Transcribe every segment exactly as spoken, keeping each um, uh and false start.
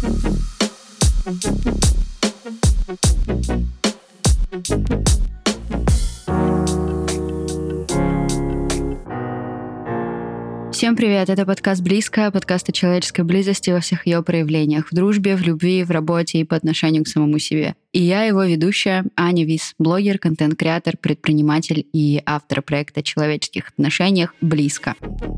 Всем привет, это подкаст «Близко», подкаст о человеческой близости во всех ее проявлениях, в дружбе, в любви, в работе и по отношению к самому себе. И я его ведущая Аня Вис, блогер, контент-креатор, предприниматель и автор проекта о человеческих отношениях «Близко».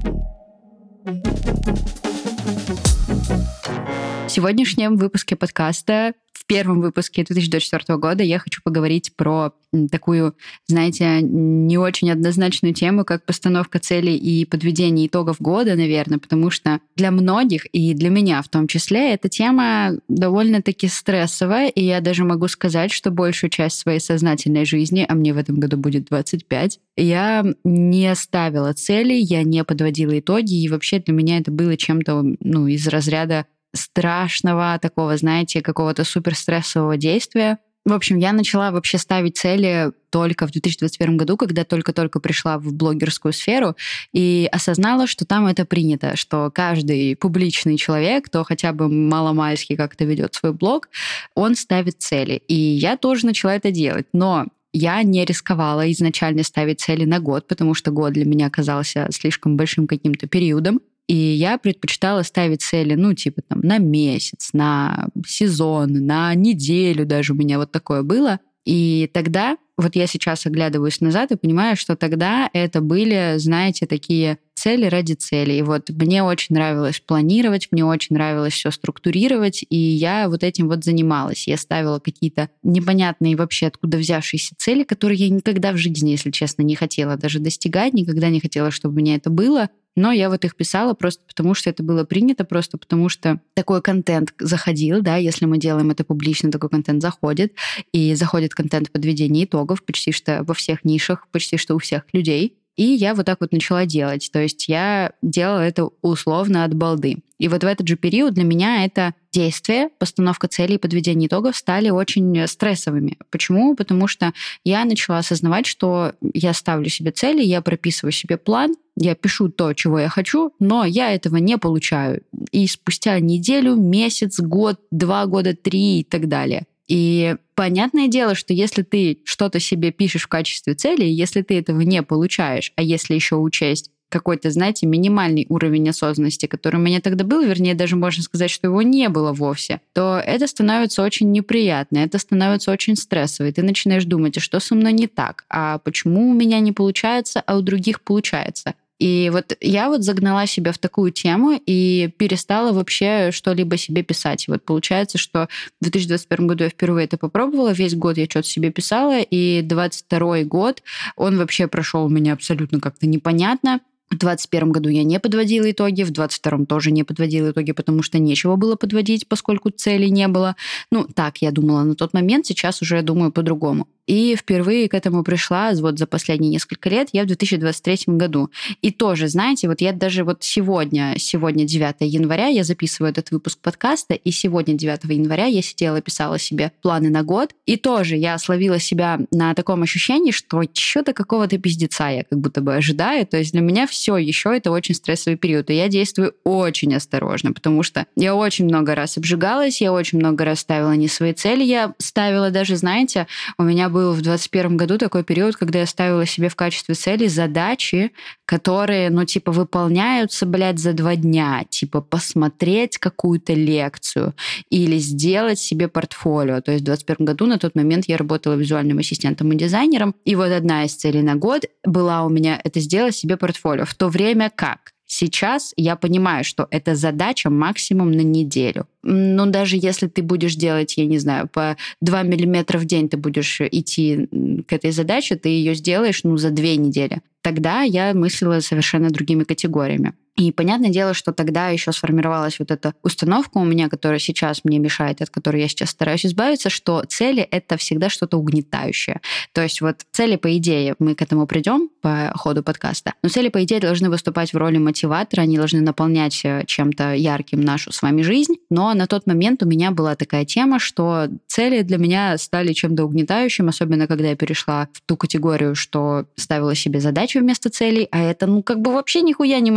В сегодняшнем выпуске подкаста, в первом выпуске две тысячи двадцать четвёртого года, я хочу поговорить про такую, знаете, не очень однозначную тему, как постановка целей и подведение итогов года, наверное, потому что для многих, и для меня в том числе, эта тема довольно-таки стрессовая, и я даже могу сказать, что большую часть своей сознательной жизни, а мне в этом году будет двадцать пять, я не ставила цели, я не подводила итоги, и вообще для меня это было чем-то, ну, из разряда страшного, такого, знаете, какого-то суперстрессового действия. В общем, я начала вообще ставить цели только в две тысячи двадцать первом году, когда только-только пришла в блогерскую сферу и осознала, что там это принято, что каждый публичный человек, кто хотя бы маломальски как-то ведет свой блог, он ставит цели. И я тоже начала это делать. Но я не рисковала изначально ставить цели на год, потому что год для меня оказался слишком большим каким-то периодом. И я предпочитала ставить цели, ну, типа там на месяц, на сезон, на неделю даже у меня вот такое было. И тогда, вот я сейчас оглядываюсь назад и понимаю, что тогда это были, знаете, такие цели ради цели. И вот мне очень нравилось планировать, мне очень нравилось все структурировать, и я вот этим вот занималась. Я ставила какие-то непонятные вообще откуда взявшиеся цели, которые я никогда в жизни, если честно, не хотела даже достигать, никогда не хотела, чтобы у меня это было. Но я вот их писала просто потому, что это было принято, просто потому что такой контент заходил, да, если мы делаем это публично, такой контент заходит, и заходит контент подведения итогов почти что во всех нишах, почти что у всех людей. И я вот так вот начала делать. То есть я делала это условно от балды. И вот в этот же период для меня это действие, постановка целей и подведение итогов стали очень стрессовыми. Почему? Потому что я начала осознавать, что я ставлю себе цели, я прописываю себе план, я пишу то, чего я хочу, но я этого не получаю. И спустя неделю, месяц, год, два года, три и так далее. И понятное дело, что если ты что-то себе пишешь в качестве цели, если ты этого не получаешь, а если еще учесть какой-то, знаете, минимальный уровень осознанности, который у меня тогда был, вернее, даже можно сказать, что его не было вовсе, то это становится очень неприятно, это становится очень стрессово, и ты начинаешь думать, а что со мной не так, а почему у меня не получается, а у других получается. И вот я вот загнала себя в такую тему и перестала вообще что-либо себе писать. И вот получается, что в две тысячи двадцать первом году я впервые это попробовала, весь год я что-то себе писала, и двадцать второй год, он вообще прошел у меня абсолютно как-то непонятно. В двадцать первом году я не подводила итоги, в двадцать втором тоже не подводила итоги, потому что нечего было подводить, поскольку целей не было. Ну, так я думала на тот момент, сейчас уже думаю по-другому. И впервые к этому пришла вот за последние несколько лет я в две тысячи двадцать третьем году. И тоже, знаете, вот я даже вот сегодня, сегодня девятого января, я записываю этот выпуск подкаста, и сегодня девятого января я сидела, писала себе планы на год, и тоже я словила себя на таком ощущении, что что-то какого-то пиздеца я как будто бы ожидаю. То есть для меня все еще это очень стрессовый период, и я действую очень осторожно, потому что я очень много раз обжигалась, я очень много раз ставила не свои цели, я ставила даже, знаете, у меня был в двадцать первом году такой период, когда я ставила себе в качестве цели задачи, которые, ну, типа, выполняются, блядь, за два дня. Типа, посмотреть какую-то лекцию или сделать себе портфолио. То есть в двадцать первом году на тот момент я работала визуальным ассистентом и дизайнером. И вот одна из целей на год была у меня это сделать себе портфолио. В то время как сейчас я понимаю, что это задача максимум на неделю. Но даже если ты будешь делать, я не знаю, по два миллиметра в день ты будешь идти к этой задаче, ты ее сделаешь, ну, за две недели. Тогда я мыслила совершенно другими категориями. И понятное дело, что тогда еще сформировалась вот эта установка у меня, которая сейчас мне мешает, от которой я сейчас стараюсь избавиться, что цели — это всегда что-то угнетающее. То есть вот цели, по идее, мы к этому придем по ходу подкаста, но цели, по идее, должны выступать в роли мотиватора, они должны наполнять чем-то ярким нашу с вами жизнь. Но на тот момент у меня была такая тема, что цели для меня стали чем-то угнетающим, особенно когда я перешла в ту категорию, что ставила себе задачи вместо целей, а это, ну, как бы вообще нихуя не мотивирует.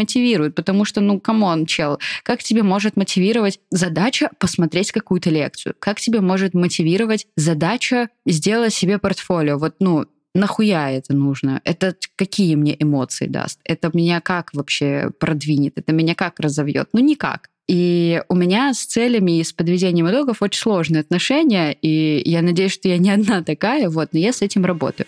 мотивирует, потому что, ну, камон, чел, как тебе может мотивировать задача посмотреть какую-то лекцию? Как тебе может мотивировать задача сделать себе портфолио? Вот, ну, нахуя это нужно? Это какие мне эмоции даст? Это меня как вообще продвинет? Это меня как разовьет? Ну, никак. И у меня с целями и с подведением итогов очень сложные отношения, и я надеюсь, что я не одна такая, вот, но я с этим работаю.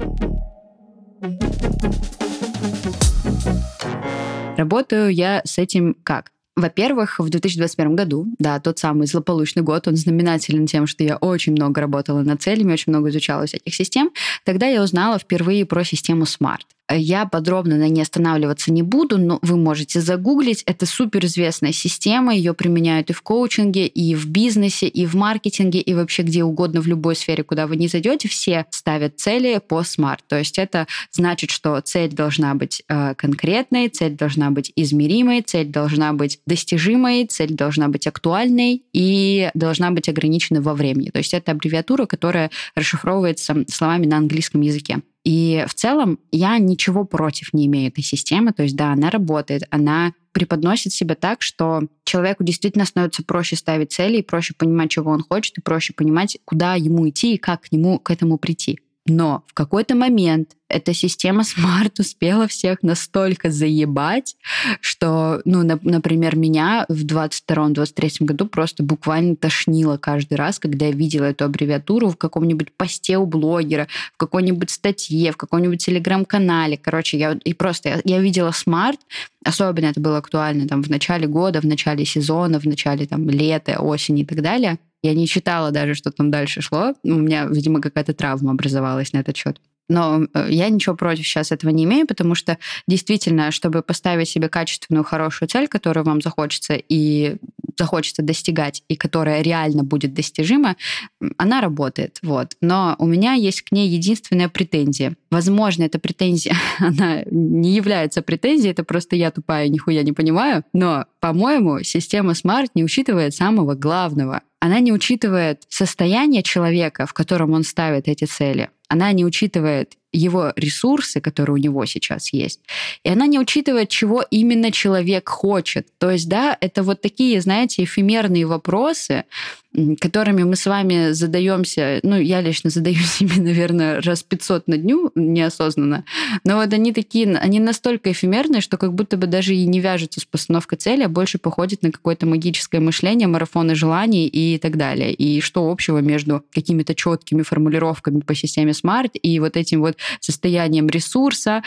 Работаю я с этим как? Во-первых, в две тысячи двадцать первом году, да, тот самый злополучный год, он знаменателен тем, что я очень много работала над целями, очень много изучала всяких систем. Тогда я узнала впервые про систему смарт. Я подробно на ней останавливаться не буду, но вы можете загуглить. Это суперизвестная система, ее применяют и в коучинге, и в бизнесе, и в маркетинге, и вообще где угодно в любой сфере, куда вы не зайдете, все ставят цели по смарт. То есть это значит, что цель должна быть э, конкретной, цель должна быть измеримой, цель должна быть достижимой, цель должна быть актуальной и должна быть ограничена во времени. То есть это аббревиатура, которая расшифровывается словами на английском языке. И в целом я ничего против не имею этой системы. То есть да, она работает, она преподносит себя так, что человеку действительно становится проще ставить цели, и проще понимать, чего он хочет, и проще понимать, куда ему идти и как к нему к этому прийти. Но в какой-то момент эта система смарт успела всех настолько заебать, что, ну, на, например, меня в двадцать втором — двадцать третьем году просто буквально тошнило каждый раз, когда я видела эту аббревиатуру в каком-нибудь посте у блогера, в какой-нибудь статье, в каком-нибудь телеграм-канале. Короче, я и просто я, я видела смарт, особенно это было актуально там в начале года, в начале сезона, в начале там лета, осени и так далее. Я не читала даже, что там дальше шло. У меня, видимо, какая-то травма образовалась на этот счет. Но я ничего против сейчас этого не имею, потому что действительно, чтобы поставить себе качественную, хорошую цель, которую вам захочется и захочется достигать, и которая реально будет достижима, она работает. Вот. Но у меня есть к ней единственная претензия. Возможно, эта претензия, она не является претензией, это просто я тупая, нихуя не понимаю. Но, по-моему, система смарт не учитывает самого главного. Она не учитывает состояние человека, в котором он ставит эти цели. Она не учитывает его ресурсы, которые у него сейчас есть. И она не учитывает, чего именно человек хочет. То есть, да, это вот такие, знаете, эфемерные вопросы, которыми мы с вами задаемся, ну, я лично задаю себе, наверное, раз пятьсот на дню неосознанно, но вот они такие, они настолько эфемерные, что как будто бы даже и не вяжутся с постановкой цели, а больше походит на какое-то магическое мышление, марафоны желаний и так далее. И что общего между какими-то четкими формулировками по системе смарт и вот этим вот состоянием ресурса,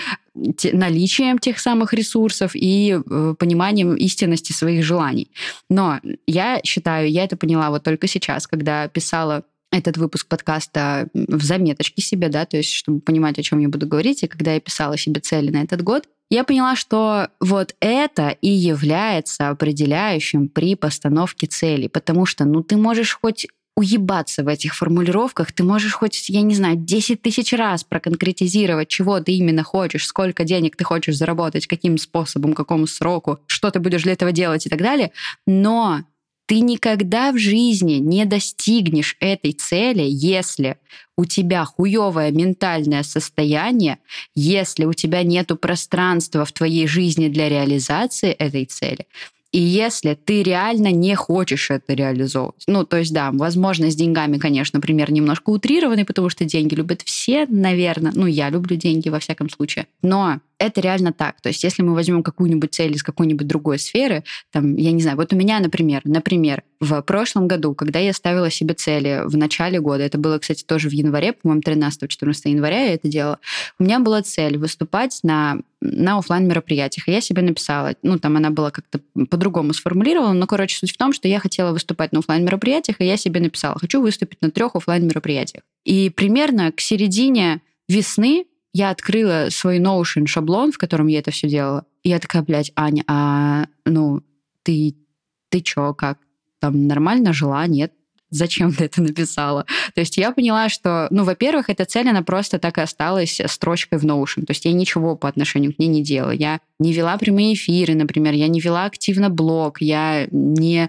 наличием тех самых ресурсов и пониманием истинности своих желаний. Но я считаю, я это поняла вот только сейчас, когда писала этот выпуск подкаста в заметочке себе, да, то есть чтобы понимать, о чем я буду говорить, и когда я писала себе цели на этот год, я поняла, что вот это и является определяющим при постановке целей, потому что, ну, ты можешь хоть уебаться в этих формулировках, ты можешь хоть, я не знаю, десять тысяч раз проконкретизировать, чего ты именно хочешь, сколько денег ты хочешь заработать, каким способом, какому сроку, что ты будешь для этого делать и так далее, но ты никогда в жизни не достигнешь этой цели, если у тебя хуёвое ментальное состояние, если у тебя нету пространства в твоей жизни для реализации этой цели, и если ты реально не хочешь это реализовывать. Ну, то есть, да, возможно, с деньгами, конечно, пример немножко утрированный, потому что деньги любят все, наверное. Ну, я люблю деньги во всяком случае. Но это реально так. То есть, если мы возьмем какую-нибудь цель из какой-нибудь другой сферы, там, я не знаю, вот у меня, например, например, в прошлом году, когда я ставила себе цели в начале года, это было, кстати, тоже в январе, по-моему, тринадцатого-четырнадцатого января я это делала, у меня была цель выступать на, на офлайн-мероприятиях. И я себе написала, ну, там она была как-то по-другому сформулирована, но, короче, суть в том, что я хотела выступать на офлайн-мероприятиях, и я себе написала, хочу выступить на трех офлайн-мероприятиях. И примерно к середине весны я открыла свой Notion шаблон, в котором я это все делала. И я такая, блядь, Аня, а ну ты, ты чё, как? Там нормально жила, нет? Зачем ты это написала? То есть я поняла, что, ну, во-первых, эта цель, она просто так и осталась строчкой в Notion. То есть я ничего по отношению к ней не делала. Я не вела прямые эфиры, например, я не вела активно блог, я не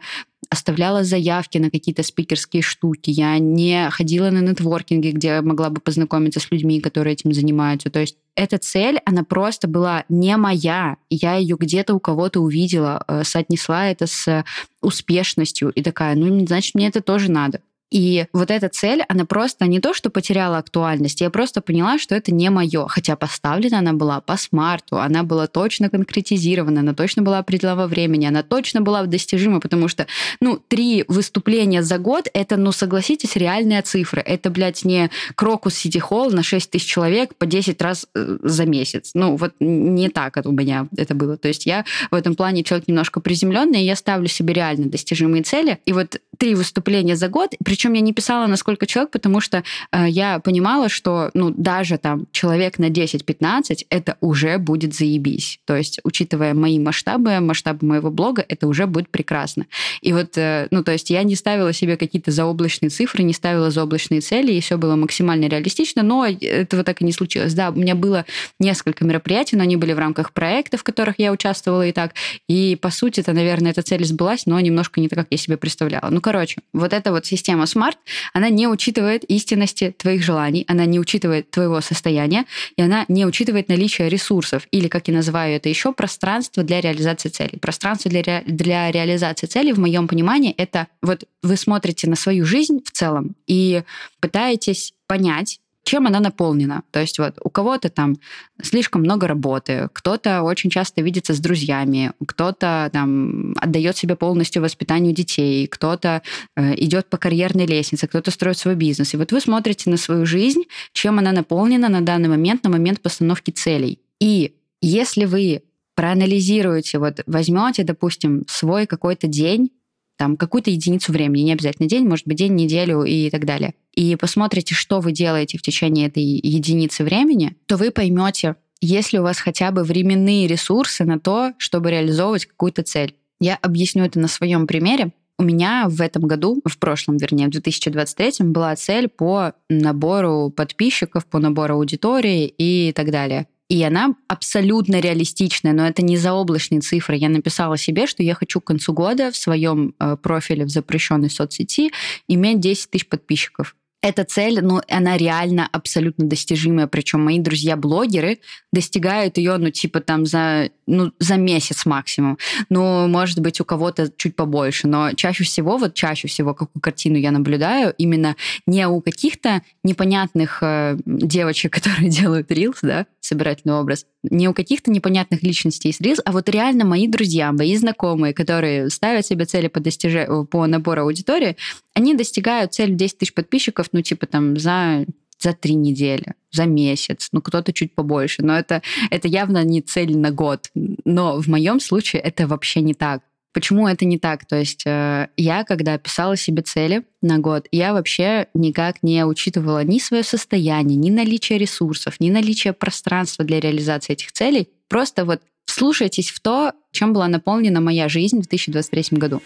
оставляла заявки на какие-то спикерские штуки, я не ходила на нетворкинги, где могла бы познакомиться с людьми, которые этим занимаются. То есть эта цель, она просто была не моя. Я ее где-то у кого-то увидела, соотнесла это с успешностью и такая, ну, значит, мне это тоже надо. И вот эта цель, она просто не то, что потеряла актуальность, я просто поняла, что это не мое. Хотя поставлена она была по смарту, она была точно конкретизирована, она точно была определена во времени, она точно была достижима, потому что, ну, три выступления за год, это, ну, согласитесь, реальные цифры. Это, блядь, не Крокус Сити Холл на шесть тысяч человек по десять раз за месяц. Ну, вот не так у меня это было. То есть я в этом плане человек немножко приземленный, и я ставлю себе реально достижимые цели. И вот три выступления за год, причем я не писала, на сколько человек, потому что э, я понимала, что ну, даже там человек на десять-пятнадцать это уже будет заебись. То есть, учитывая мои масштабы, масштабы моего блога, это уже будет прекрасно. И вот, э, ну, то есть я не ставила себе какие-то заоблачные цифры, не ставила заоблачные цели, и все было максимально реалистично, но этого так и не случилось. Да, у меня было несколько мероприятий, но они были в рамках проектов, в которых я участвовала и так. И, по сути, это, наверное, эта цель сбылась, но немножко не так, как я себе представляла. Ну, короче, вот эта вот система Smart, она не учитывает истинности твоих желаний, она не учитывает твоего состояния, и она не учитывает наличие ресурсов, или, как я называю это еще, пространство для реализации целей. Пространство для, ре... для реализации целей, в моем понимании, это вот вы смотрите на свою жизнь в целом и пытаетесь понять, чем она наполнена. То есть вот у кого-то там слишком много работы, кто-то очень часто видится с друзьями, кто-то там отдает себя полностью воспитанию детей, кто-то э, идет по карьерной лестнице, кто-то строит свой бизнес. И вот вы смотрите на свою жизнь, чем она наполнена на данный момент, на момент постановки целей. И если вы проанализируете, вот возьмете, допустим, свой какой-то день, там какую-то единицу времени, не обязательно день, может быть, день, неделю и так далее, и посмотрите, что вы делаете в течение этой единицы времени, то вы поймете, есть ли у вас хотя бы временные ресурсы на то, чтобы реализовывать какую-то цель. Я объясню это на своем примере. У меня в этом году, в прошлом, вернее, в две тысячи двадцать третьем была цель по набору подписчиков, по набору аудитории и так далее. И она абсолютно реалистичная, но это не заоблачные цифры. Я написала себе, что я хочу к концу года в своем э, профиле в запрещенной соцсети иметь десять тысяч подписчиков. Эта цель, ну, она реально абсолютно достижимая. Причем мои друзья-блогеры достигают ее, ну, типа там за, ну, за месяц максимум. Ну, может быть, у кого-то чуть побольше. Но чаще всего, вот чаще всего, какую картину я наблюдаю, именно не у каких-то непонятных э, девочек, которые делают рилс, да, собирательный образ, не у каких-то непонятных личностей из рилс, а вот реально мои друзья, мои знакомые, которые ставят себе цели по, достиж... по набору аудитории, они достигают цели в десять тысяч подписчиков, ну, типа там за, за три недели, за месяц, ну, кто-то чуть побольше. Но это, это явно не цель на год. Но в моем случае это вообще не так. Почему это не так? То есть э, я, когда писала себе цели на год, я вообще никак не учитывала ни свое состояние, ни наличие ресурсов, ни наличие пространства для реализации этих целей. Просто вот вслушайтесь в то, чем была наполнена моя жизнь в две тысячи двадцать третьем году.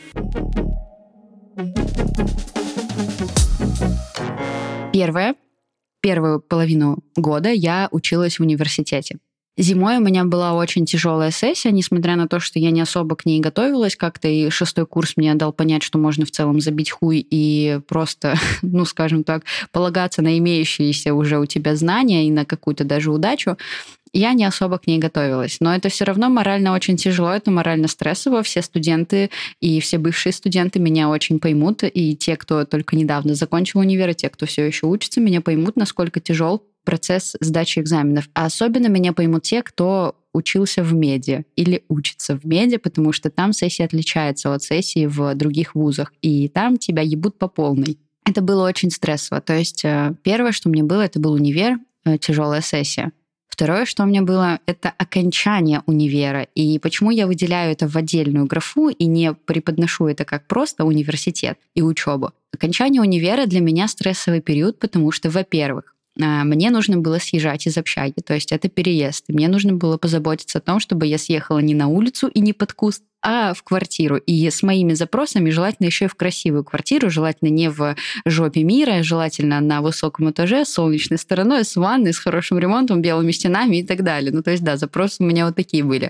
Первое, первую половину года я училась в университете. Зимой у меня была очень тяжелая сессия, несмотря на то, что я не особо к ней готовилась как-то, и шестой курс мне дал понять, что можно в целом забить хуй и просто, ну, скажем так, полагаться на имеющиеся уже у тебя знания и на какую-то даже удачу. Я не особо к ней готовилась. Но это все равно морально очень тяжело, это морально стрессово. Все студенты и все бывшие студенты меня очень поймут. И те, кто только недавно закончил универ, и те, кто все еще учится, меня поймут, насколько тяжел процесс сдачи экзаменов. А особенно меня поймут те, кто учился в меди или учится в меди, потому что там сессия отличается от сессии в других вузах. И там тебя ебут по полной. Это было очень стрессово. То есть первое, что мне было, это был универ, тяжелая сессия. Второе, что у меня было, это окончание универа. И почему я выделяю это в отдельную графу и не преподношу это как просто университет и учебу? Окончание универа для меня стрессовый период, потому что, во-первых, мне нужно было съезжать из общаги, то есть это переезд. И мне нужно было позаботиться о том, чтобы я съехала не на улицу и не под куст, а в квартиру. И с моими запросами желательно еще и в красивую квартиру, желательно не в жопе мира, желательно на высоком этаже, с солнечной стороной, с ванной, с хорошим ремонтом, белыми стенами и так далее. Ну, то есть, да, запросы у меня вот такие были.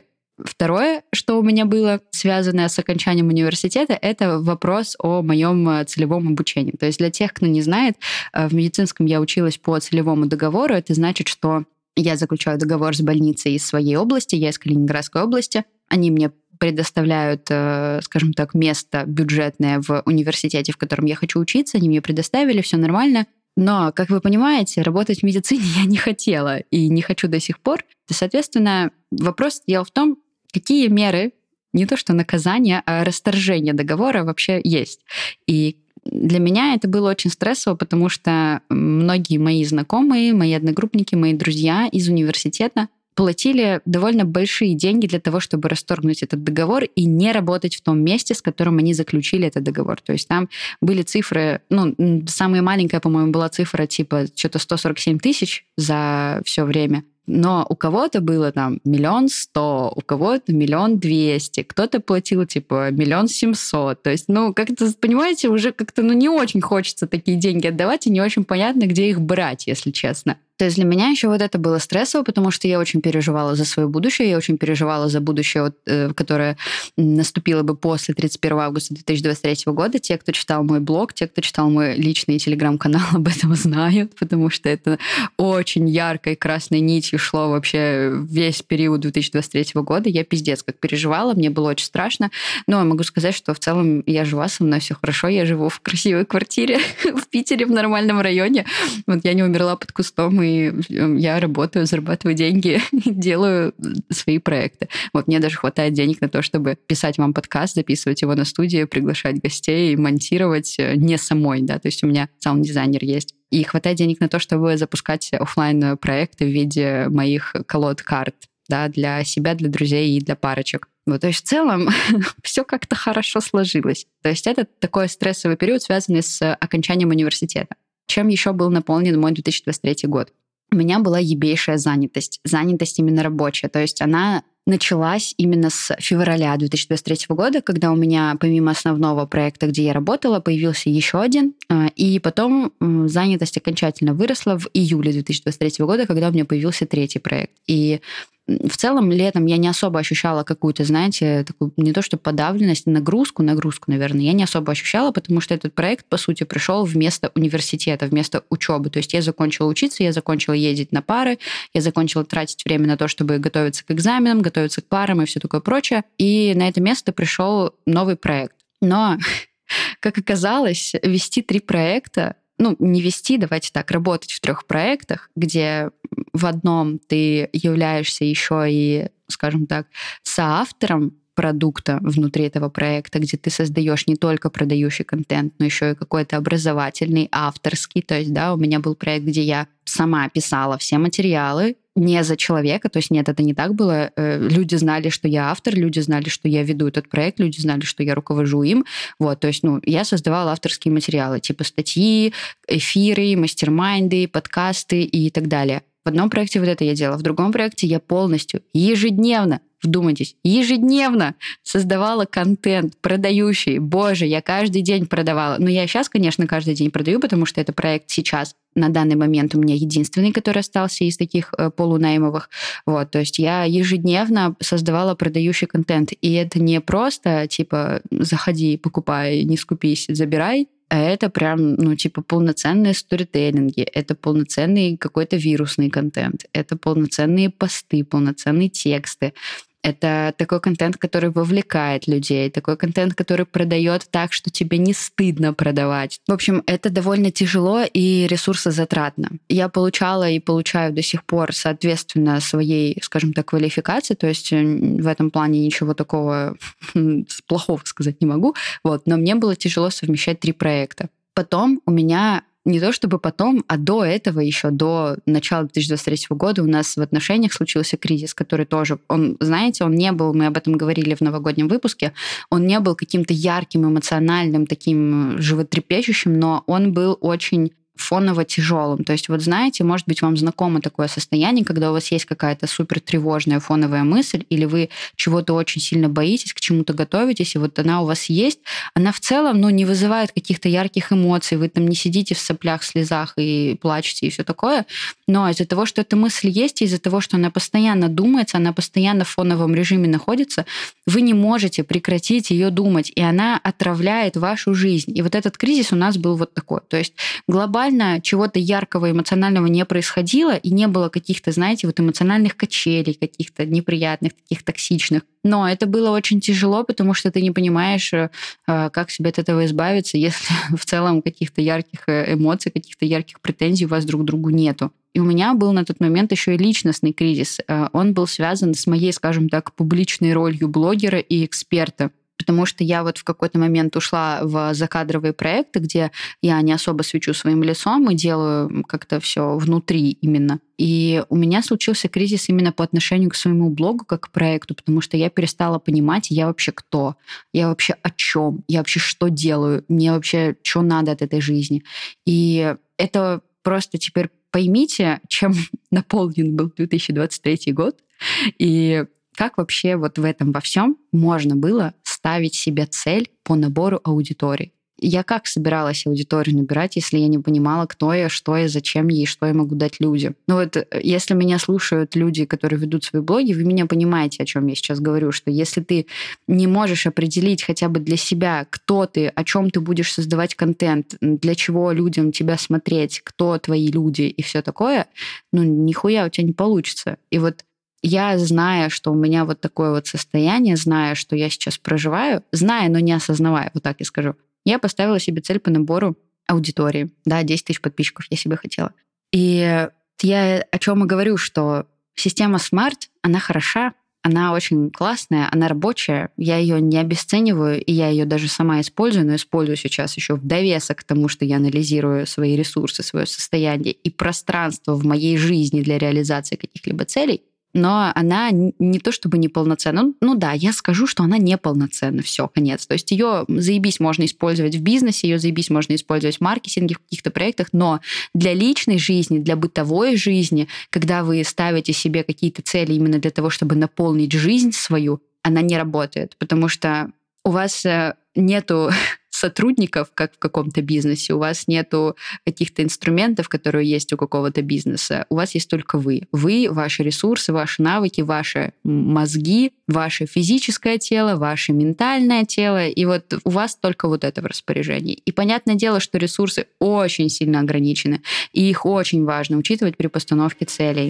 Второе, что у меня было, связанное с окончанием университета, это вопрос о моем целевом обучении. То есть для тех, кто не знает, в медицинском я училась по целевому договору. Это значит, что я заключаю договор с больницей из своей области, я из Калининградской области. Они мне предоставляют, скажем так, место бюджетное в университете, в котором я хочу учиться. Они мне предоставили, все нормально. Но, как вы понимаете, работать в медицине я не хотела и не хочу до сих пор. И, соответственно, вопрос стоял в том, какие меры, не то что наказание, а расторжение договора вообще есть. И для меня это было очень стрессово, потому что многие мои знакомые, мои одногруппники, мои друзья из университета платили довольно большие деньги для того, чтобы расторгнуть этот договор и не работать в том месте, с которым они заключили этот договор. То есть там были цифры, ну, самая маленькая, по-моему, была цифра типа что-то сто сорок семь тысяч за все время. Но у кого-то было там миллион сто, у кого-то миллион двести, кто-то платил типа миллион семьсот. То есть, ну, как-то, понимаете, уже как-то ну, не очень хочется такие деньги отдавать, и не очень понятно, где их брать, если честно. То есть для меня еще вот это было стрессово, потому что я очень переживала за свое будущее, я очень переживала за будущее, вот, э, которое наступило бы после тридцать первого августа две тысячи двадцать третьего года. Те, кто читал мой блог, те, кто читал мой личный телеграм-канал, об этом знают, потому что это очень яркой красной нитью шло вообще весь период две тысячи двадцать третьего года. Я пиздец как переживала, мне было очень страшно, но могу сказать, что в целом я жива, со мной все хорошо, я живу в красивой квартире в Питере, в нормальном районе. Вот я не умерла под кустом, и я работаю, зарабатываю деньги, делаю свои проекты. Вот мне даже хватает денег на то, чтобы писать вам подкаст, записывать его на студии, приглашать гостей, монтировать не самой, да, то есть у меня саунд-дизайнер есть. И хватает денег на то, чтобы запускать офлайн проекты в виде моих колод карт, да, для себя, для друзей и для парочек. Вот, то есть в целом все как-то хорошо сложилось. То есть это такой стрессовый период, связанный с окончанием университета. Чем еще был наполнен мой две тысячи двадцать третий год? У меня была ебейшая занятость. Занятость именно рабочая. То есть она началась именно с февраля две тысячи двадцать третьего года, когда у меня помимо основного проекта, где я работала, появился еще один. И потом занятость окончательно выросла в июле две тысячи двадцать третьего года, когда у меня появился третий проект. И в целом летом я не особо ощущала какую-то, знаете, такую не то что подавленность, нагрузку, нагрузку, наверное, я не особо ощущала, потому что этот проект, по сути, пришел вместо университета, вместо учебы. То есть я закончила учиться, я закончила ездить на пары, я закончила тратить время на то, чтобы готовиться к экзаменам, готовиться к парам и все такое прочее. И на это место пришел новый проект. Но, как оказалось, вести три проекта, ну, не вести, давайте так, работать в трех проектах, где в одном ты являешься еще и, скажем так, соавтором продукта внутри этого проекта, где ты создаешь не только продающий контент, но еще и какой-то образовательный, авторский. То есть, да, у меня был проект, где я сама писала все материалы, не за человека, то есть нет, это не так было. Люди знали, что я автор, люди знали, что я веду этот проект, люди знали, что я руковожу им. Вот, то есть, ну, я создавала авторские материалы, типа статьи, эфиры, мастер-майнды, подкасты и так далее. В одном проекте вот это я делала, в другом проекте я полностью, ежедневно, вдумайтесь, ежедневно создавала контент продающий. Боже, я каждый день продавала. Но я сейчас, конечно, каждый день продаю, потому что это проект сейчас, на данный момент у меня единственный, который остался из таких э, полунаймовых. Вот, то есть я ежедневно создавала продающий контент. И это не просто, типа, заходи, покупай, не скупись, забирай. А это прям, ну, типа, полноценные сторителлинги, это полноценный какой-то вирусный контент, это полноценные посты, полноценные тексты. Это такой контент, который вовлекает людей, такой контент, который продает так, что тебе не стыдно продавать. В общем, это довольно тяжело и ресурсозатратно. Я получала и получаю до сих пор, соответственно, своей, скажем так, квалификации, то есть в этом плане ничего такого плохого сказать не могу, вот, но мне было тяжело совмещать три проекта. Потом у меня не то чтобы потом, а до этого, еще до начала две тысячи двадцать третьего года у нас в отношениях случился кризис, который тоже, он, знаете, он не был, мы об этом говорили в новогоднем выпуске, он не был каким-то ярким, эмоциональным, таким животрепещущим, но он был очень фоново тяжелым. То есть вот знаете, может быть, вам знакомо такое состояние, когда у вас есть какая-то супер тревожная фоновая мысль, или вы чего-то очень сильно боитесь, к чему-то готовитесь, и вот она у вас есть, она в целом, ну, не вызывает каких-то ярких эмоций, вы там не сидите в соплях, слезах и плачете и все такое, но из-за того, что эта мысль есть, из-за того, что она постоянно думается, она постоянно в фоновом режиме находится, вы не можете прекратить ее думать, и она отравляет вашу жизнь. И вот этот кризис у нас был вот такой. То есть глобально чего-то яркого, эмоционального не происходило, и не было каких-то, знаете, вот эмоциональных качелей, каких-то неприятных, таких токсичных. Но это было очень тяжело, потому что ты не понимаешь, как себе от этого избавиться, если в целом каких-то ярких эмоций, каких-то ярких претензий у вас друг к другу нету. И у меня был на тот момент еще и личностный кризис. Он был связан с моей, скажем так, публичной ролью блогера и эксперта. Потому что я вот в какой-то момент ушла в закадровые проекты, где я не особо свечу своим лицом и делаю как-то все внутри именно. И у меня случился кризис именно по отношению к своему блогу как к проекту, потому что я перестала понимать, я вообще кто, я вообще о чем, я вообще что делаю, мне вообще что надо от этой жизни. И это просто теперь поймите, чем наполнен был две тысячи двадцать третий год, и как вообще вот в этом во всем можно было ставить себе цель по набору аудитории. Я как собиралась аудиторию набирать, если я не понимала, кто я, что я, зачем я и что я могу дать людям? Ну вот если меня слушают люди, которые ведут свои блоги, вы меня понимаете, о чем я сейчас говорю, что если ты не можешь определить хотя бы для себя, кто ты, о чем ты будешь создавать контент, для чего людям тебя смотреть, кто твои люди и все такое, ну нихуя у тебя не получится. И вот я, зная, что у меня вот такое вот состояние, зная, что я сейчас проживаю, зная, но не осознавая, вот так я скажу, я поставила себе цель по набору аудитории. Да, десять тысяч подписчиков я себе хотела. И я о чем и говорю, что система Smart, она хороша, она очень классная, она рабочая, я ее не обесцениваю, и я ее даже сама использую, но использую сейчас еще в довесок к тому, что я анализирую свои ресурсы, свое состояние и пространство в моей жизни для реализации каких-либо целей. Но она не то чтобы неполноценна. Ну, ну да, я скажу, что она неполноценна. Все, конец. То есть ее заебись можно использовать в бизнесе, ее заебись можно использовать в маркетинге, в каких-то проектах, но для личной жизни, для бытовой жизни, когда вы ставите себе какие-то цели именно для того, чтобы наполнить жизнь свою, она не работает, потому что у вас нету сотрудников, как в каком-то бизнесе, у вас нету каких-то инструментов, которые есть у какого-то бизнеса, у вас есть только вы. Вы, ваши ресурсы, ваши навыки, ваши мозги, ваше физическое тело, ваше ментальное тело, и вот у вас только вот это в распоряжении. И понятное дело, что ресурсы очень сильно ограничены, и их очень важно учитывать при постановке целей.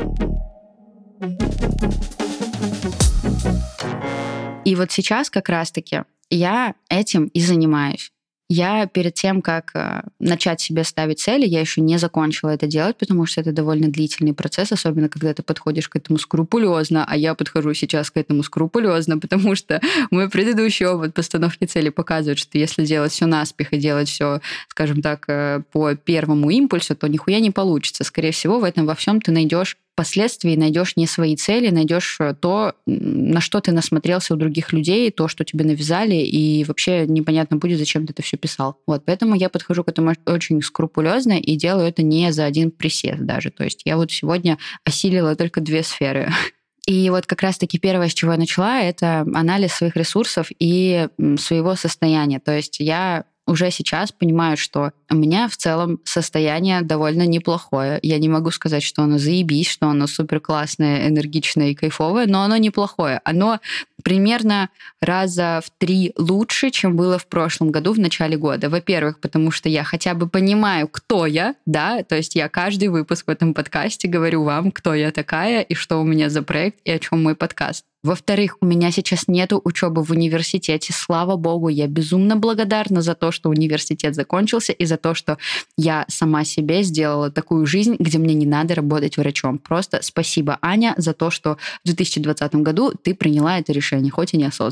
И вот сейчас как раз-таки я этим и занимаюсь. Я перед тем, как начать себе ставить цели, я еще не закончила это делать, потому что это довольно длительный процесс, особенно когда ты подходишь к этому скрупулезно, а я подхожу сейчас к этому скрупулезно, потому что мой предыдущий опыт постановки цели показывает, что если делать все наспех и делать все, скажем так, по первому импульсу, то нихуя не получится. Скорее всего, в этом во всем ты найдешь впоследствии найдешь не свои цели, найдешь то, на что ты насмотрелся у других людей, то, что тебе навязали, и вообще непонятно будет, зачем ты это все писал. Вот, поэтому я подхожу к этому очень скрупулезно и делаю это не за один присест даже. То есть я вот сегодня осилила только две сферы. И вот как раз-таки первое, с чего я начала, это анализ своих ресурсов и своего состояния. То есть я уже сейчас понимаю, что у меня в целом состояние довольно неплохое. Я не могу сказать, что оно заебись, что оно супер классное, энергичное и кайфовое, но оно неплохое. Оно примерно раза в три лучше, чем было в прошлом году, в начале года. Во-первых, потому что я хотя бы понимаю, кто я, да, то есть я каждый выпуск в этом подкасте говорю вам, кто я такая и что у меня за проект и о чем мой подкаст. Во-вторых, у меня сейчас нету учебы в университете. Слава богу, я безумно благодарна за то, что университет закончился, и за то, что я сама себе сделала такую жизнь, где мне не надо работать врачом. Просто спасибо, Аня, за то, что в две тысячи двадцатом году ты приняла это решение, хоть и неосознанно.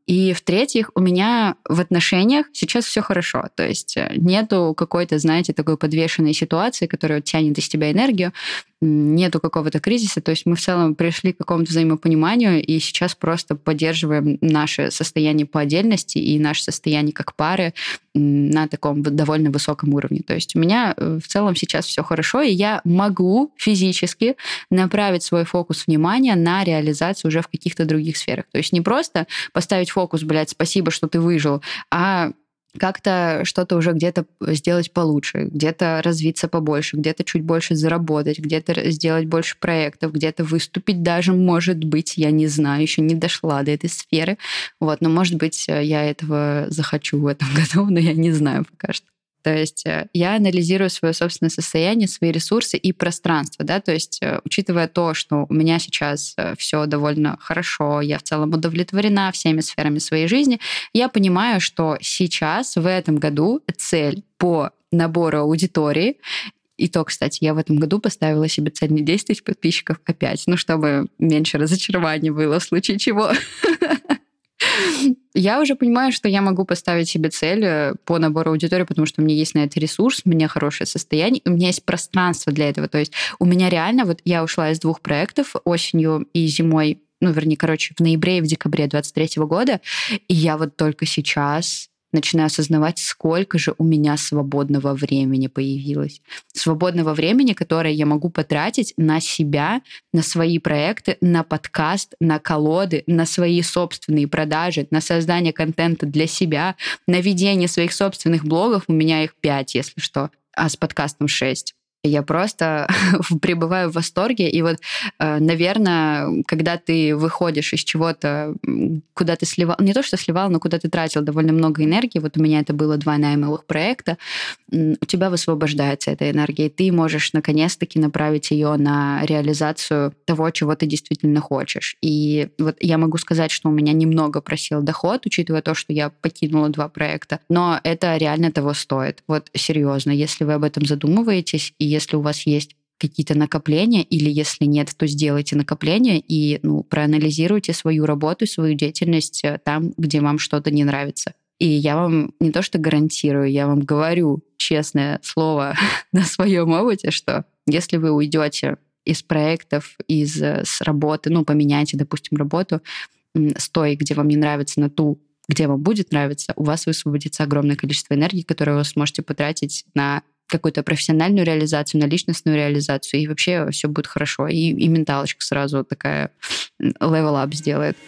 И в-третьих, у меня в отношениях сейчас все хорошо. То есть нету какой-то, знаете, такой подвешенной ситуации, которая тянет из тебя энергию, нету какого-то кризиса. То есть мы в целом пришли к какому-то взаимопониманию и сейчас просто поддерживаем наше состояние по отдельности и наше состояние как пары на таком довольно высоком уровне. То есть у меня в целом сейчас все хорошо, и я могу физически направить свой фокус внимания на реализацию уже в каких-то других сферах. То есть не просто поставить фокус, блядь, спасибо, что ты выжил, а как-то что-то уже где-то сделать получше, где-то развиться побольше, где-то чуть больше заработать, где-то сделать больше проектов, где-то выступить даже, может быть, я не знаю, еще не дошла до этой сферы. Вот, но, может быть, я этого захочу в этом году, но я не знаю пока что. То есть я анализирую свое собственное состояние, свои ресурсы и пространство, да, то есть учитывая то, что у меня сейчас все довольно хорошо, я в целом удовлетворена всеми сферами своей жизни, я понимаю, что сейчас, в этом году, цель по набору аудитории, и то, кстати, я в этом году поставила себе цель не десять тысяч подписчиков, а пять, ну, чтобы меньше разочарований было в случае чего. Я уже понимаю, что я могу поставить себе цель по набору аудитории, потому что у меня есть на это ресурс, у меня хорошее состояние, и у меня есть пространство для этого. То есть у меня реально, вот я ушла из двух проектов осенью и зимой, ну, вернее, короче, в ноябре и в декабре двадцать третьего года, и я вот только сейчас начинаю осознавать, сколько же у меня свободного времени появилось. Свободного времени, которое я могу потратить на себя, на свои проекты, на подкаст, на колоды, на свои собственные продажи, на создание контента для себя, на ведение своих собственных блогов. У меня их пять, если что, а с подкастом шесть. Я просто пребываю в восторге. И вот, наверное, когда ты выходишь из чего-то, куда ты сливал, не то что сливал, но куда ты тратил довольно много энергии, вот у меня это было два наймовых проекта, у тебя высвобождается эта энергия, и ты можешь наконец-таки направить ее на реализацию того, чего ты действительно хочешь. И вот я могу сказать, что у меня немного просел доход, учитывая то, что я покинула два проекта, но это реально того стоит. Вот серьезно, если вы об этом задумываетесь, и если у вас есть какие-то накопления, или если нет, то сделайте накопления и ну, проанализируйте свою работу, свою деятельность там, где вам что-то не нравится. И я вам не то что гарантирую, я вам говорю честное слово на своем опыте, что если вы уйдете из проектов, из с работы, ну, поменяйте, допустим, работу с той, где вам не нравится, на ту, где вам будет нравиться, у вас высвободится огромное количество энергии, которое вы сможете потратить на какую-то профессиональную реализацию, на личностную реализацию, и вообще все будет хорошо. И, и менталочка сразу такая level up сделает.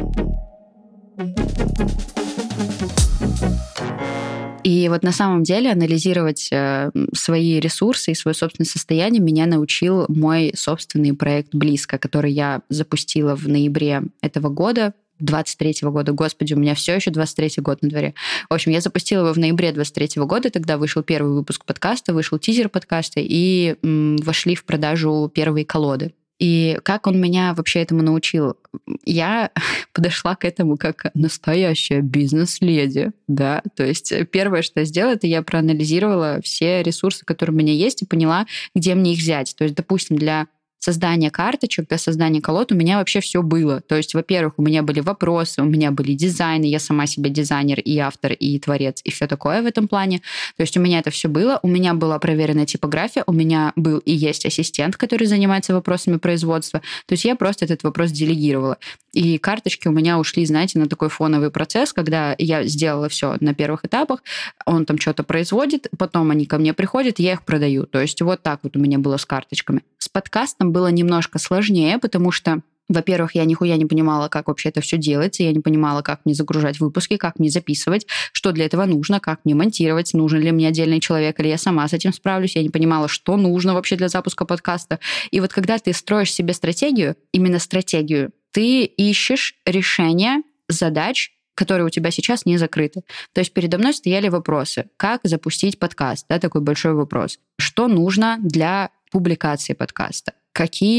И вот на самом деле анализировать э, свои ресурсы и свое собственное состояние меня научил мой собственный проект «Близко», который я запустила в ноябре этого года, двадцать третьего года. Господи, у меня все еще двадцать третий год на дворе. В общем, я запустила его в ноябре двадцать третьего года, тогда вышел первый выпуск подкаста, вышел тизер подкаста, и м, вошли в продажу первые колоды. И как он меня вообще этому научил? Я подошла к этому как настоящая бизнес-леди, да, то есть первое, что я сделала, это я проанализировала все ресурсы, которые у меня есть, и поняла, где мне их взять. То есть, допустим, для создания карточек, для создания колод у меня вообще все было. То есть, во-первых, у меня были вопросы, у меня были дизайны, я сама себе дизайнер и автор, и творец, и все такое в этом плане. То есть у меня это все было, у меня была проверенная типография, у меня был и есть ассистент, который занимается вопросами производства. То есть я просто этот вопрос делегировала. И карточки у меня ушли, знаете, на такой фоновый процесс, когда я сделала все на первых этапах, он там что-то производит, потом они ко мне приходят, я их продаю. То есть вот так вот у меня было с карточками. С подкастом было немножко сложнее, потому что, во-первых, я нихуя не понимала, как вообще это все делается, я не понимала, как мне загружать выпуски, как мне записывать, что для этого нужно, как мне монтировать, нужен ли мне отдельный человек, или я сама с этим справлюсь, я не понимала, что нужно вообще для запуска подкаста. И вот когда ты строишь себе стратегию, именно стратегию, ты ищешь решение задач, которые у тебя сейчас не закрыты. То есть передо мной стояли вопросы. Как запустить подкаст? Да, такой большой вопрос. Что нужно для публикации подкаста? Какие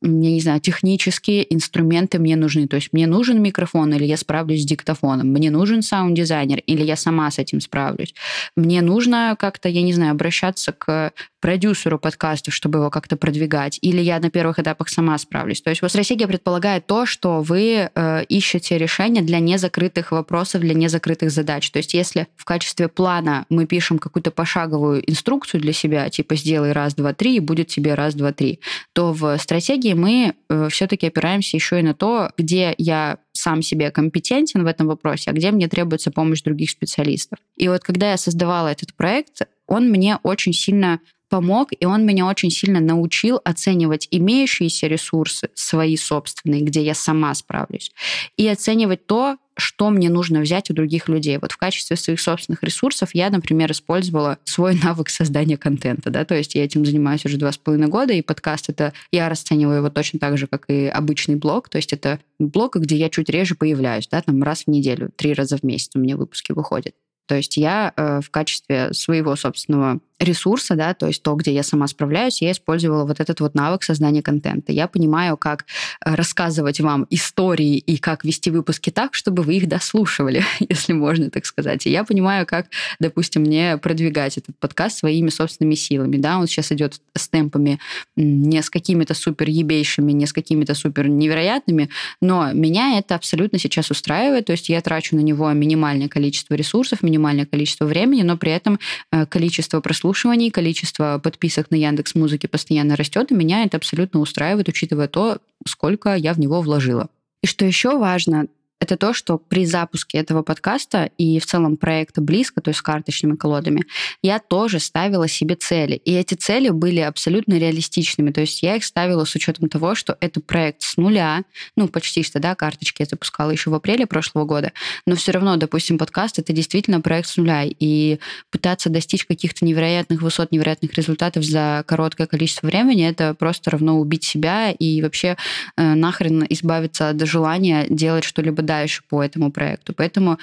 я не знаю, технические инструменты мне нужны. То есть мне нужен микрофон, или я справлюсь с диктофоном. Мне нужен саунд-дизайнер, или я сама с этим справлюсь. Мне нужно как-то, я не знаю, обращаться к продюсеру подкаста, чтобы его как-то продвигать, или я на первых этапах сама справлюсь. То есть вот стратегия предполагает то, что вы э, ищете решения для незакрытых вопросов, для незакрытых задач. То есть если в качестве плана мы пишем какую-то пошаговую инструкцию для себя, типа «сделай раз, два, три», и будет тебе раз, два, три, то в стратегии мы э, все-таки опираемся еще и на то, где я сам себе компетентен в этом вопросе, а где мне требуется помощь других специалистов. И вот когда я создавала этот проект, он мне очень сильно помог, и он меня очень сильно научил оценивать имеющиеся ресурсы, свои собственные, где я сама справлюсь, и оценивать то, что мне нужно взять у других людей. Вот в качестве своих собственных ресурсов я, например, использовала свой навык создания контента, да, то есть я этим занимаюсь уже два с половиной года, и подкаст это, я расцениваю его точно так же, как и обычный блог, то есть это блог, где я чуть реже появляюсь, да, там раз в неделю, три раза в месяц у меня выпуски выходят. То есть я э, в качестве своего собственного ресурса, да, то есть то, где я сама справляюсь, я использовала вот этот вот навык создания контента. Я понимаю, как рассказывать вам истории и как вести выпуски так, чтобы вы их дослушивали, если можно так сказать. И я понимаю, как, допустим, мне продвигать этот подкаст своими собственными силами. Да, он сейчас идет с темпами не с какими-то супер ебейшими, не с какими-то супер невероятными, но меня это абсолютно сейчас устраивает. То есть я трачу на него минимальное количество ресурсов, минимальное количество времени, но при этом количество прослушиваний, количество подписок на Яндекс.Музыке постоянно растет, и меня это абсолютно устраивает, учитывая то, сколько я в него вложила. И что еще важно, это то, что при запуске этого подкаста и в целом проекта «Близко», то есть с карточными колодами, я тоже ставила себе цели. И эти цели были абсолютно реалистичными. То есть я их ставила с учетом того, что это проект с нуля, ну, почти что, да, карточки я запускала еще в апреле прошлого года, но все равно, допустим, подкаст — это действительно проект с нуля. И пытаться достичь каких-то невероятных высот, невероятных результатов за короткое количество времени — это просто равно убить себя и вообще э, нахрен избавиться от желания делать что-либо дальше по этому проекту. Поэтому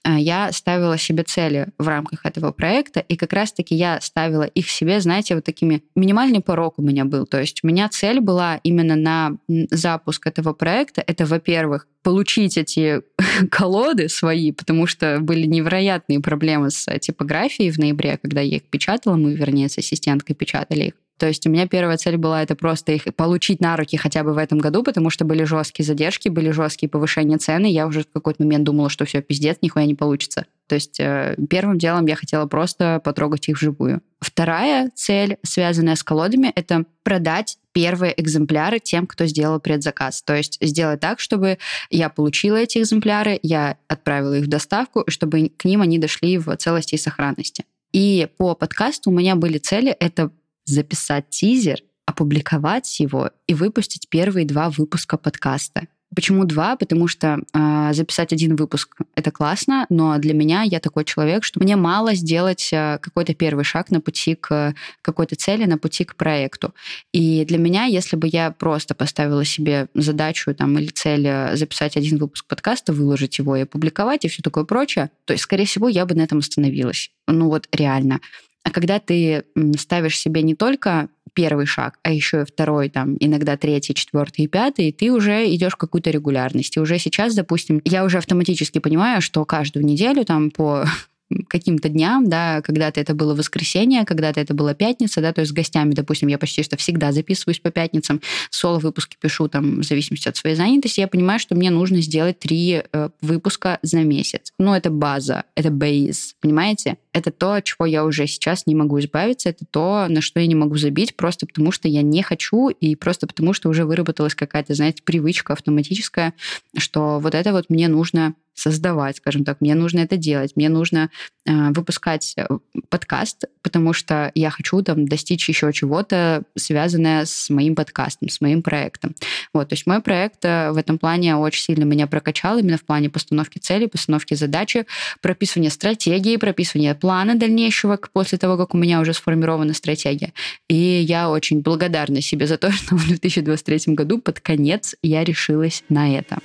я ставила себе цели в рамках этого проекта, и как раз-таки я ставила их себе, знаете, вот такими... Минимальный порог у меня был. То есть у меня цель была именно на запуск этого проекта. Это, во-первых, получить эти колоды свои, потому что были невероятные проблемы с типографией в ноябре, когда я их печатала, мы, вернее, с ассистенткой печатали их. То есть у меня первая цель была это просто их получить на руки хотя бы в этом году, потому что были жесткие задержки, были жесткие повышения цены. Я уже в какой-то момент думала, что все, пиздец, нихуя не получится. То есть э, первым делом я хотела просто потрогать их вживую. Вторая цель, связанная с колодами, это продать первые экземпляры тем, кто сделал предзаказ. То есть сделать так, чтобы я получила эти экземпляры, я отправила их в доставку, чтобы к ним они дошли в целости и сохранности. И по подкасту у меня были цели, это записать тизер, опубликовать его и выпустить первые два выпуска подкаста. Почему два? Потому что э, записать один выпуск — это классно, но для меня, я такой человек, что мне мало сделать э, какой-то первый шаг на пути к какой-то цели, на пути к проекту. И для меня, если бы я просто поставила себе задачу там, или цель записать один выпуск подкаста, выложить его и опубликовать и все такое прочее, то есть, скорее всего, я бы на этом остановилась. Ну вот реально. А когда ты ставишь себе не только первый шаг, а еще и второй, там, иногда третий, четвертый и пятый, ты уже идешь в какую-то регулярность. И уже сейчас, допустим, я уже автоматически понимаю, что каждую неделю там по каким-то дням, да, когда-то это было воскресенье, когда-то это была пятница, да, то есть с гостями, допустим, я почти что всегда записываюсь по пятницам, соло-выпуски пишу там в зависимости от своей занятости, я понимаю, что мне нужно сделать три э, выпуска за месяц. Ну, это база, это бейс, понимаете? Это то, от чего я уже сейчас не могу избавиться, это то, на что я не могу забить, просто потому что я не хочу, и просто потому что уже выработалась какая-то, знаете, привычка автоматическая, что вот это вот мне нужно создавать, скажем так, мне нужно это делать, мне нужно э, выпускать подкаст, потому что я хочу там достичь еще чего-то, связанное с моим подкастом, с моим проектом. Вот, то есть мой проект э, в этом плане очень сильно меня прокачал именно в плане постановки целей, постановки задачи, прописывания стратегии, прописывания плана дальнейшего после того, как у меня уже сформирована стратегия. И я очень благодарна себе за то, что в две тысячи двадцать третьем году под конец я решилась на это.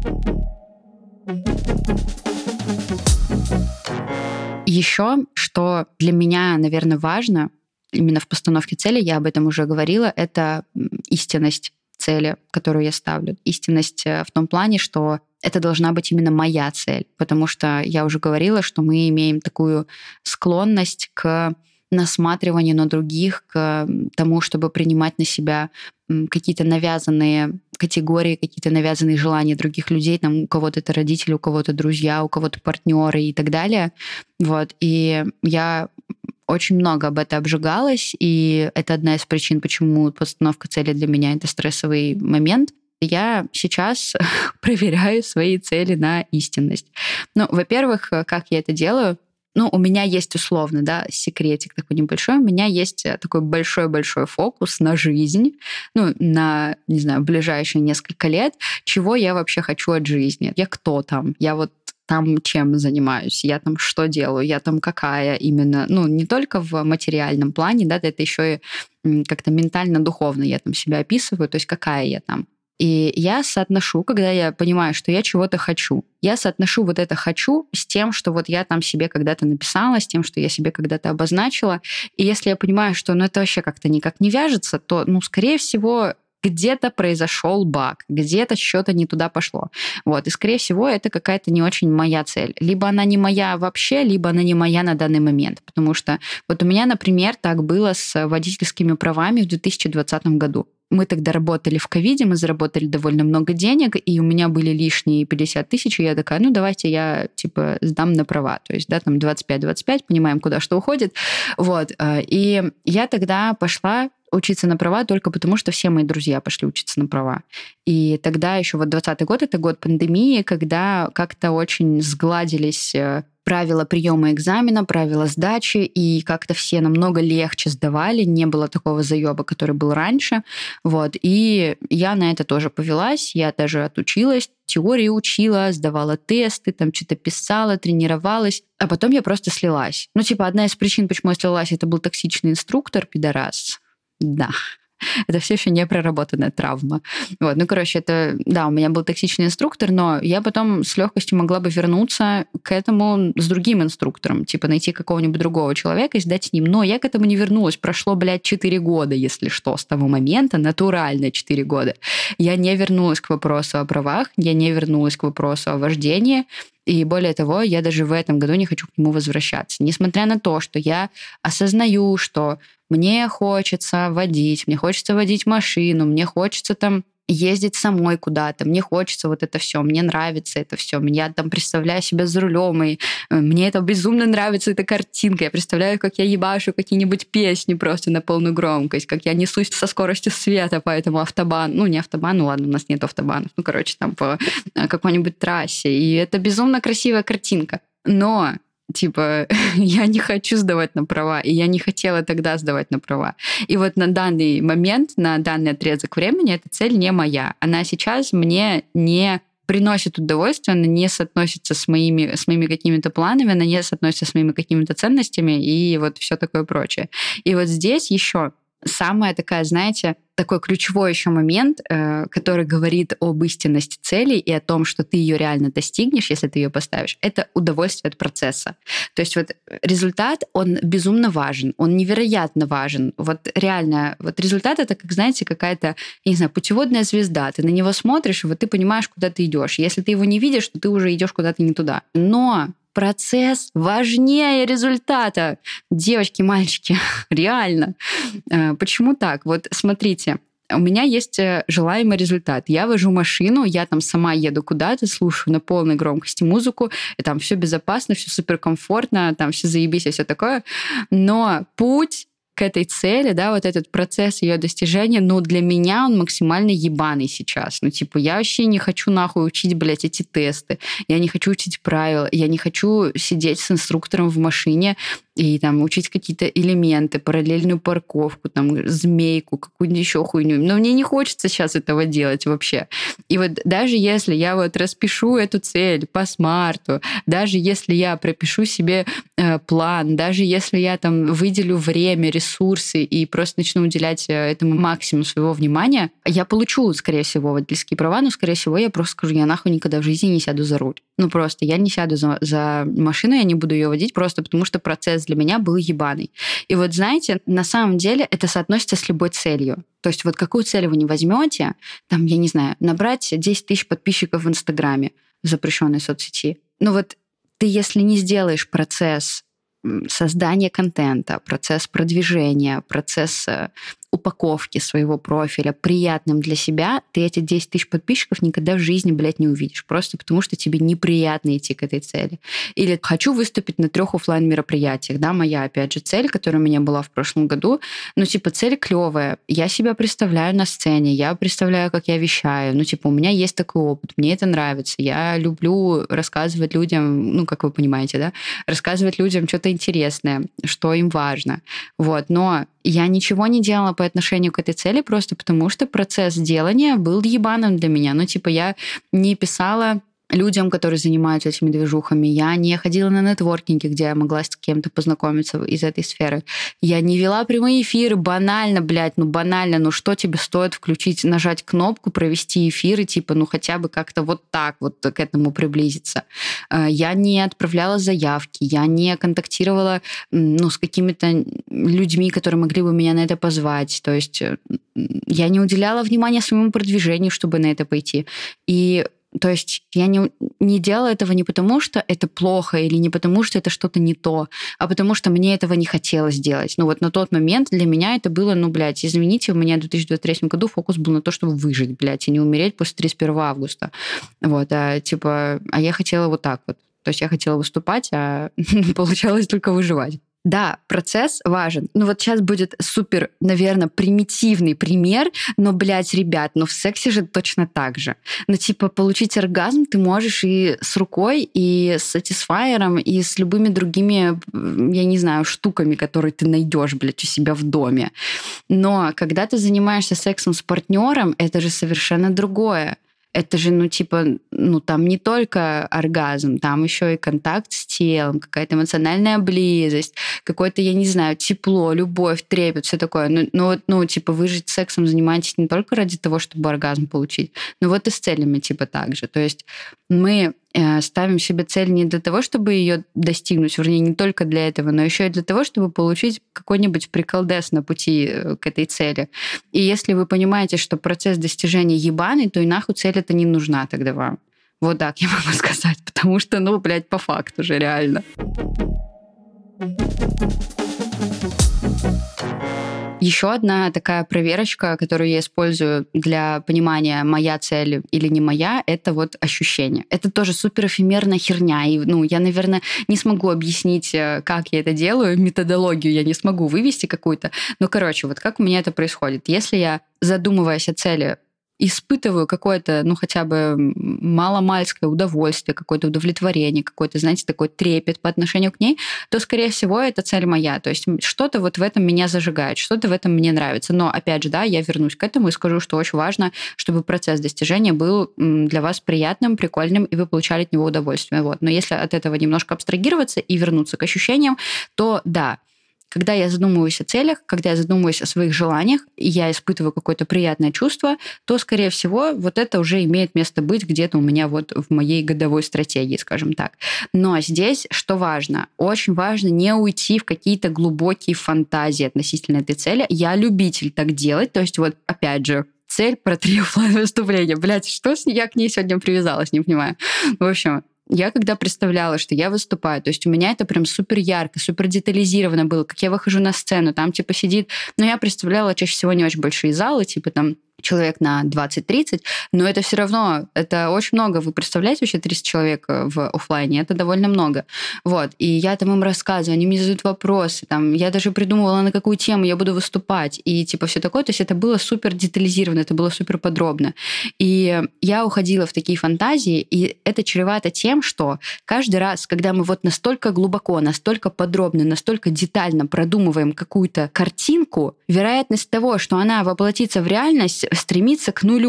Еще, что для меня, наверное, важно, именно в постановке цели, я об этом уже говорила, это истинность цели, которую я ставлю. Истинность в том плане, что это должна быть именно моя цель, потому что я уже говорила, что мы имеем такую склонность к насматриванию на других, к тому, чтобы принимать на себя какие-то навязанные категории, какие-то навязанные желания других людей. Там у кого-то это родители, у кого-то друзья, у кого-то партнеры и так далее. Вот. И я очень много об этом обжигалась, и это одна из причин, почему постановка цели для меня — это стрессовый момент. Я сейчас проверяю свои цели на истинность. Ну, во-первых, как я это делаю? Ну, у меня есть условно, да, секретик такой небольшой. У меня есть такой большой-большой фокус на жизнь, ну, на, не знаю, ближайшие несколько лет, чего я вообще хочу от жизни. Я кто там? Я вот там чем занимаюсь, я там что делаю, я там какая именно, ну, не только в материальном плане, да, это еще и как-то ментально-духовно я там себя описываю, то есть какая я там. И я соотношу, когда я понимаю, что я чего-то хочу, я соотношу вот это «хочу» с тем, что вот я там себе когда-то написала, с тем, что я себе когда-то обозначила. И если я понимаю, что ну, это вообще как-то никак не вяжется, то, ну, скорее всего, где-то произошел баг, где-то что-то не туда пошло. Вот. И, скорее всего, это какая-то не очень моя цель. Либо она не моя вообще, либо она не моя на данный момент. Потому что вот у меня, например, так было с водительскими правами в две тысячи двадцатом году. Мы тогда работали в ковиде, мы заработали довольно много денег, и у меня были лишние пятьдесят тысяч, и я такая, ну, давайте я, типа, сдам на права. То есть, да, там двадцать пять двадцать пять, понимаем, куда что уходит. Вот. И я тогда пошла учиться на права только потому, что все мои друзья пошли учиться на права. И тогда еще вот двадцатый год, это год пандемии, когда как-то очень сгладились правила приема экзамена, правила сдачи, и как-то все намного легче сдавали, не было такого заеба, который был раньше. Вот. И я на это тоже повелась, я даже отучилась, теории учила, сдавала тесты, там что-то писала, тренировалась, а потом я просто слилась. Ну, типа, одна из причин, почему я слилась, это был токсичный инструктор, пидорас. Да. Это все еще не проработанная травма. Вот. Ну, короче, это, да, у меня был токсичный инструктор, но я потом с легкостью могла бы вернуться к этому с другим инструктором, типа найти какого-нибудь другого человека и сдать с ним. Но я к этому не вернулась. Прошло, блядь, четыре года, если что, с того момента, натурально четыре года. Я не вернулась к вопросу о правах, я не вернулась к вопросу о вождении. И более того, я даже в этом году не хочу к нему возвращаться. Несмотря на то, что я осознаю, что мне хочется водить, мне хочется водить машину, мне хочется там ездить самой куда-то, мне хочется вот это все, мне нравится это все, я там представляю себя за рулем, и мне это безумно нравится, эта картинка, я представляю, как я ебашу какие-нибудь песни просто на полную громкость, как я несусь со скоростью света по этому автобану, ну не автобану, ладно, у нас нет автобанов, ну короче, там по какой-нибудь трассе, и это безумно красивая картинка, но типа, я не хочу сдавать на права, и я не хотела тогда сдавать на права. И вот на данный момент, на данный отрезок времени эта цель не моя. Она сейчас мне не приносит удовольствие, она не соотносится с моими, с моими какими-то планами, она не соотносится с моими какими-то ценностями и вот все такое прочее. И вот здесь еще самая такая, знаете, такой ключевой еще момент, э, который говорит об истинности цели и о том, что ты ее реально достигнешь, если ты ее поставишь, это удовольствие от процесса. То есть вот результат, он безумно важен, он невероятно важен. Вот реально, вот результат — это, как, знаете, какая-то, я не знаю, путеводная звезда. Ты на него смотришь, и вот ты понимаешь, куда ты идешь. Если ты его не видишь, то ты уже идешь куда-то не туда. Но процесс важнее результата. Девочки, мальчики, реально. Почему так? Вот смотрите, у меня есть желаемый результат. Я вожу машину, я там сама еду куда-то, слушаю на полной громкости музыку, и там все безопасно, все суперкомфортно, там все заебись и все такое. Но путь к этой цели, да, вот этот процесс ее достижения, ну, для меня он максимально ебаный сейчас. Ну, типа, я вообще не хочу нахуй учить, блядь, эти тесты. Я не хочу учить правила. Я не хочу сидеть с инструктором в машине и там учить какие-то элементы, параллельную парковку, там, змейку, какую-нибудь еще хуйню. Но мне не хочется сейчас этого делать вообще. И вот даже если я вот распишу эту цель по смарту, даже если я пропишу себе э, план, даже если я там выделю время, ресурсы и просто начну уделять этому максимум своего внимания, я получу, скорее всего, водительские права, но, скорее всего, я просто скажу, я нахуй никогда в жизни не сяду за руль. Ну просто я не сяду за, за машину, я не буду ее водить, просто потому что процесс для меня был ебаный. И вот знаете, на самом деле это соотносится с любой целью. То есть вот какую цель вы не возьмете, там, я не знаю, набрать десять тысяч подписчиков в Инстаграме, в запрещенной соцсети. Ну вот ты, если не сделаешь процесс создания контента, процесс продвижения, процесс упаковки своего профиля приятным для себя, ты эти десять тысяч подписчиков никогда в жизни, блядь, не увидишь. Просто потому, что тебе неприятно идти к этой цели. Или хочу выступить на трех офлайн мероприятиях, да, моя, опять же, цель, которая у меня была в прошлом году, ну, типа, цель клевая. Я себя представляю на сцене, я представляю, как я вещаю, ну, типа, у меня есть такой опыт, мне это нравится, я люблю рассказывать людям, ну, как вы понимаете, да, рассказывать людям что-то интересное, что им важно, вот, но я ничего не делала по отношению к этой цели просто потому, что процесс делания был ебаным для меня. Ну, типа, я не писала людям, которые занимаются этими движухами. Я не ходила на нетворкинги, где я могла с кем-то познакомиться из этой сферы. Я не вела прямые эфиры. Банально, блядь, ну банально. Ну что тебе стоит включить, нажать кнопку, провести эфиры, типа, ну хотя бы как-то вот так вот к этому приблизиться. Я не отправляла заявки, я не контактировала, ну, с какими-то людьми, которые могли бы меня на это позвать. То есть я не уделяла внимания своему продвижению, чтобы на это пойти. И то есть я не, не делала этого не потому, что это плохо, или не потому, что это что-то не то, а потому что мне этого не хотелось делать. Ну вот на тот момент для меня это было, ну, блядь, извините, у меня в две тысячи двадцать третьем году фокус был на то, чтобы выжить, блядь, и не умереть после тридцать первого августа. Вот, а типа, а я хотела вот так вот. То есть я хотела выступать, а получалось только выживать. Да, процесс важен. Ну вот сейчас будет супер, наверное, примитивный пример, но, блядь, ребят, ну в сексе же точно так же. Ну типа получить оргазм ты можешь и с рукой, и с сатисфайером, и с любыми другими, я не знаю, штуками, которые ты найдешь, блядь, у себя в доме. Но когда ты занимаешься сексом с партнером, это же совершенно другое. Это же, ну, типа, ну, там не только оргазм, там еще и контакт с телом, какая-то эмоциональная близость, какое-то, я не знаю, тепло, любовь, трепет, все такое. Ну, ну, ну, типа, вы же сексом занимаетесь не только ради того, чтобы оргазм получить, но вот и с целями, типа, так же. То есть мы ставим себе цель не для того, чтобы ее достигнуть, вернее, не только для этого, но еще и для того, чтобы получить какой-нибудь приколдес на пути к этой цели. И если вы понимаете, что процесс достижения ебаный, то и нахуй цель эта не нужна тогда вам. Вот так я могу сказать, потому что, ну, блядь, по факту же реально. Еще одна такая проверочка, которую я использую для понимания, моя цель или не моя, это вот ощущение. Это тоже супер эфемерная херня. И, ну, я, наверное, не смогу объяснить, как я это делаю, методологию я не смогу вывести какую-то. Но, короче, вот как у меня это происходит. Если я, задумываясь о цели, испытываю какое-то, ну, хотя бы маломальское удовольствие, какое-то удовлетворение, какой-то, знаете, такой трепет по отношению к ней, то, скорее всего, это цель моя. То есть что-то вот в этом меня зажигает, что-то в этом мне нравится. Но, опять же, да, я вернусь к этому и скажу, что очень важно, чтобы процесс достижения был для вас приятным, прикольным, и вы получали от него удовольствие. Вот. Но если от этого немножко абстрагироваться и вернуться к ощущениям, то да, когда я задумываюсь о целях, когда я задумываюсь о своих желаниях, и я испытываю какое-то приятное чувство, то, скорее всего, вот это уже имеет место быть где-то у меня вот в моей годовой стратегии, скажем так. Но здесь что важно? Очень важно не уйти в какие-то глубокие фантазии относительно этой цели. Я любитель так делать, то есть вот опять же, цель про три офлайн выступления. Блять, что с ней? Я к ней сегодня привязалась, не понимаю. В общем, я когда представляла, что я выступаю, то есть у меня это прям супер ярко, супер детализировано было, как я выхожу на сцену, там типа сидит, но я представляла чаще всего не очень большие залы, типа там человек на двадцать-тридцать, но это все равно, это очень много. Вы представляете вообще триста человек в офлайне? Это довольно много. Вот. И я там им рассказываю, они мне задают вопросы, там, я даже придумывала, на какую тему я буду выступать, и типа все такое. То есть это было супер детализировано, это было супер подробно. И я уходила в такие фантазии, и это чревато тем, что каждый раз, когда мы вот настолько глубоко, настолько подробно, настолько детально продумываем какую-то картинку, вероятность того, что она воплотится в реальность, стремится к нулю.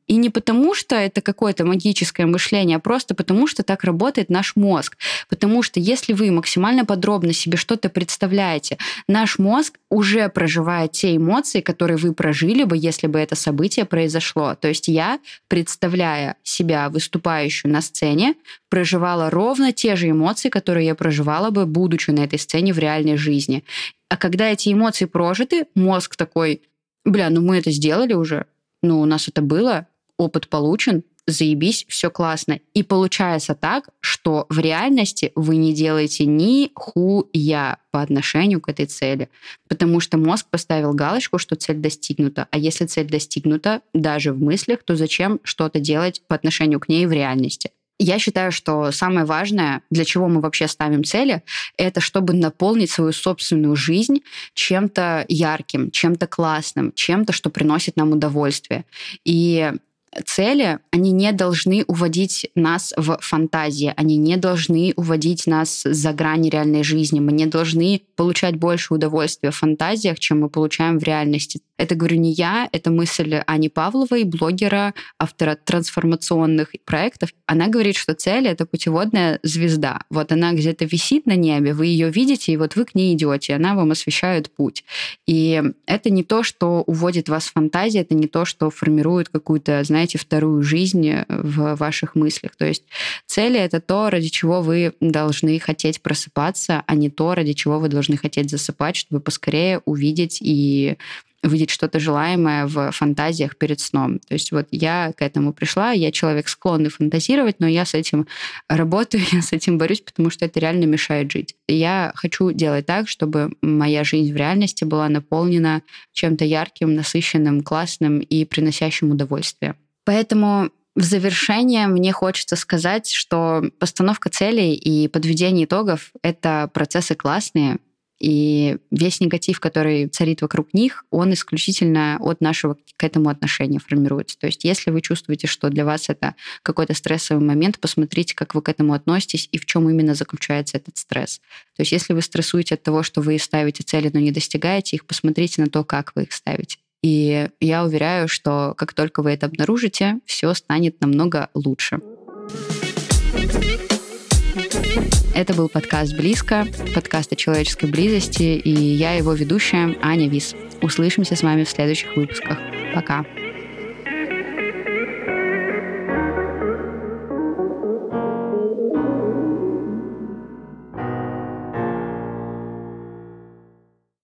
И не потому, что это какое-то магическое мышление, а просто потому, что так работает наш мозг. Потому что если вы максимально подробно себе что-то представляете, наш мозг уже проживает те эмоции, которые вы прожили бы, если бы это событие произошло. То есть я, представляя себя выступающую на сцене, проживала ровно те же эмоции, которые я проживала бы, будучи на этой сцене в реальной жизни. А когда эти эмоции прожиты, мозг такой: бля, ну мы это сделали уже, ну у нас это было, опыт получен, заебись, все классно. И получается так, что в реальности вы не делаете ни хуя по отношению к этой цели, потому что мозг поставил галочку, что цель достигнута. А если цель достигнута даже в мыслях, то зачем что-то делать по отношению к ней в реальности? Я считаю, что самое важное, для чего мы вообще ставим цели, это чтобы наполнить свою собственную жизнь чем-то ярким, чем-то классным, чем-то, что приносит нам удовольствие. И цели, они не должны уводить нас в фантазии, они не должны уводить нас за грани реальной жизни. Мы не должны получать больше удовольствия в фантазиях, чем мы получаем в реальности. Это говорю не я, это мысль Ани Павловой, блогера, автора трансформационных проектов. Она говорит, что цель — это путеводная звезда. Вот она где-то висит на небе, вы ее видите, и вот вы к ней идете, она вам освещает путь. И это не то, что уводит вас в фантазии, это не то, что формирует какую-то, знаете, вторую жизнь в ваших мыслях. То есть цели — это то, ради чего вы должны хотеть просыпаться, а не то, ради чего вы должны хотеть засыпать, чтобы поскорее увидеть и увидеть что-то желаемое в фантазиях перед сном. То есть вот я к этому пришла, я человек, склонный фантазировать, но я с этим работаю, я с этим борюсь, потому что это реально мешает жить. И я хочу делать так, чтобы моя жизнь в реальности была наполнена чем-то ярким, насыщенным, классным и приносящим удовольствие. Поэтому в завершение мне хочется сказать, что постановка целей и подведение итогов — это процессы классные, и весь негатив, который царит вокруг них, он исключительно от нашего к этому отношения формируется. То есть если вы чувствуете, что для вас это какой-то стрессовый момент, посмотрите, как вы к этому относитесь и в чем именно заключается этот стресс. То есть если вы стрессуете от того, что вы ставите цели, но не достигаете их, посмотрите на то, как вы их ставите. И я уверяю, что как только вы это обнаружите, все станет намного лучше. Это был подкаст «Близко», подкаст о человеческой близости, и я его ведущая Аня Вис. Услышимся с вами в следующих выпусках. Пока!